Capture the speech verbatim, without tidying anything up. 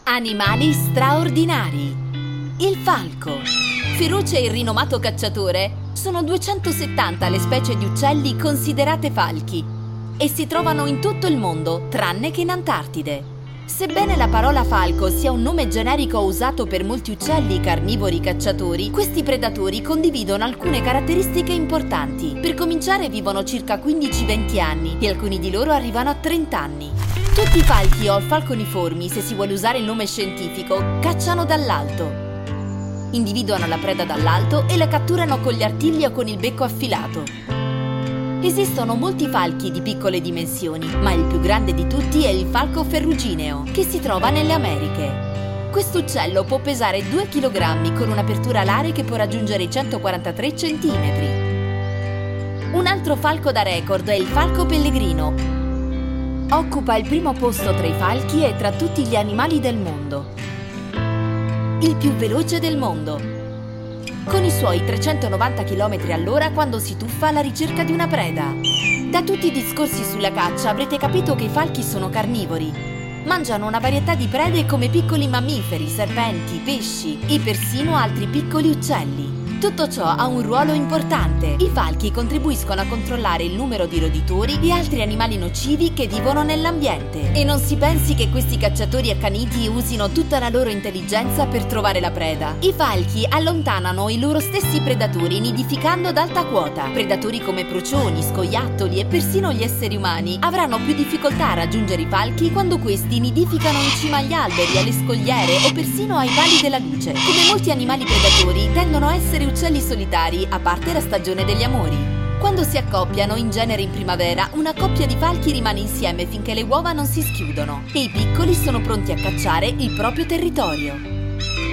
Animali straordinari. Il falco. Feroce e rinomato cacciatore, sono duecentosettanta le specie di uccelli considerate falchi e si trovano in tutto il mondo, tranne che in Antartide. Sebbene la parola falco sia un nome generico usato per molti uccelli carnivori cacciatori, questi predatori condividono alcune caratteristiche importanti. Per cominciare vivono circa quindici venti anni e alcuni di loro arrivano a trenta anni. Tutti i falchi o falconiformi, se si vuole usare il nome scientifico, cacciano dall'alto. Individuano la preda dall'alto e la catturano con gli artigli o con il becco affilato. Esistono molti falchi di piccole dimensioni, ma il più grande di tutti è il falco ferrugineo, che si trova nelle Americhe. Quest'uccello può pesare due chilogrammi con un'apertura alare che può raggiungere i centoquarantatré centimetri. Un altro falco da record è il falco pellegrino. Occupa il primo posto tra i falchi e tra tutti gli animali del mondo. Il più veloce del mondo, con i suoi trecentonovanta chilometri all'ora quando si tuffa alla ricerca di una preda. Da tutti i discorsi sulla caccia avrete capito che i falchi sono carnivori. Mangiano una varietà di prede come piccoli mammiferi, serpenti, pesci e persino altri piccoli uccelli. Tutto ciò ha un ruolo importante. I falchi contribuiscono a controllare il numero di roditori e altri animali nocivi che vivono nell'ambiente. E non si pensi che questi cacciatori accaniti usino tutta la loro intelligenza per trovare la preda. I falchi allontanano i loro stessi predatori nidificando ad alta quota. Predatori come procioni, scoiattoli e persino gli esseri umani avranno più difficoltà a raggiungere i falchi quando questi nidificano in cima agli alberi, alle scogliere o persino ai pali della luce. Come molti animali predatori, tendono a essere uccelli solitari, a parte la stagione degli amori. Quando si accoppiano, in genere in primavera, una coppia di falchi rimane insieme finché le uova non si schiudono e i piccoli sono pronti a cacciare il proprio territorio.